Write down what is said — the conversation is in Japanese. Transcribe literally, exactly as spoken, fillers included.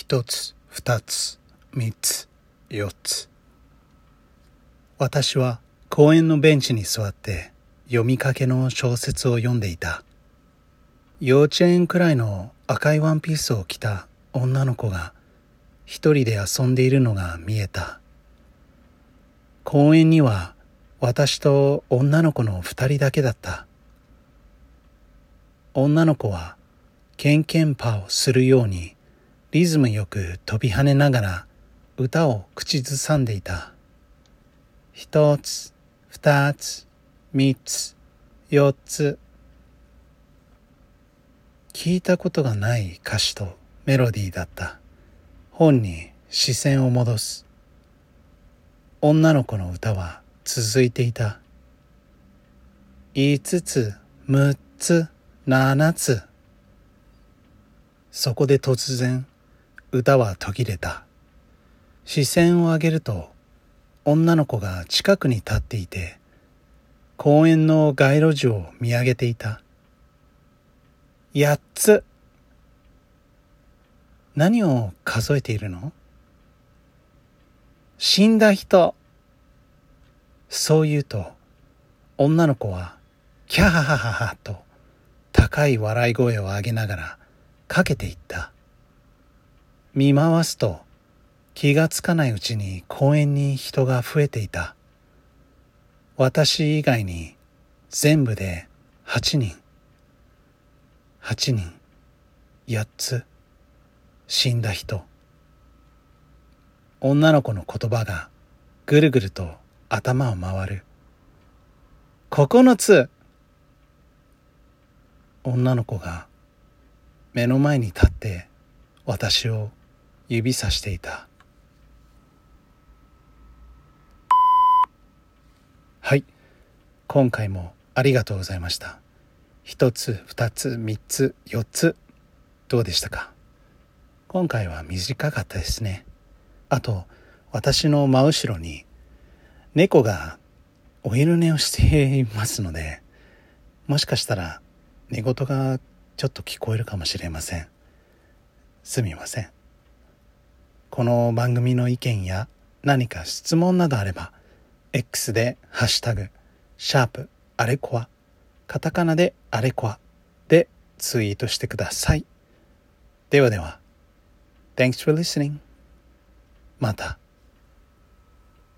一つ、二つ、三つ、四つ。私は公園のベンチに座って読みかけの小説を読んでいた。幼稚園くらいの赤いワンピースを着た女の子が一人で遊んでいるのが見えた。公園には私と女の子の二人だけだった。女の子はケンケンパをするようにリズムよく飛び跳ねながら歌を口ずさんでいた。一つ、二つ、三つ、四つ。聞いたことがない歌詞とメロディーだった。本に視線を戻す。女の子の歌は続いていた。五つ、六つ、七つ。そこで突然、歌は途切れた。視線を上げると、女の子が近くに立っていて、公園の街路樹を見上げていた。八つ。何を数えているの？死んだ人。そう言うと、女の子はキャハハハハと高い笑い声を上げながらかけていった。見回すと気がつかないうちに公園に人が増えていた。私以外に全部で八人。八人、八つ、死んだ人。女の子の言葉がぐるぐると頭を回る。九つ。女の子が目の前に立って私を指さしていた。はい、今回もありがとうございました。一つ、二つ、三つ、四つ、どうでしたか？今回は短かったですね。あと、私の真後ろに猫がお昼寝をしていますので、もしかしたら寝言がちょっと聞こえるかもしれません。すみません。この番組の意見や何か質問などあれば、X でハッシュタグ、シャープ、あれこわ、カタカナであれこわでツイートしてください。ではでは、Thanks for listening. また。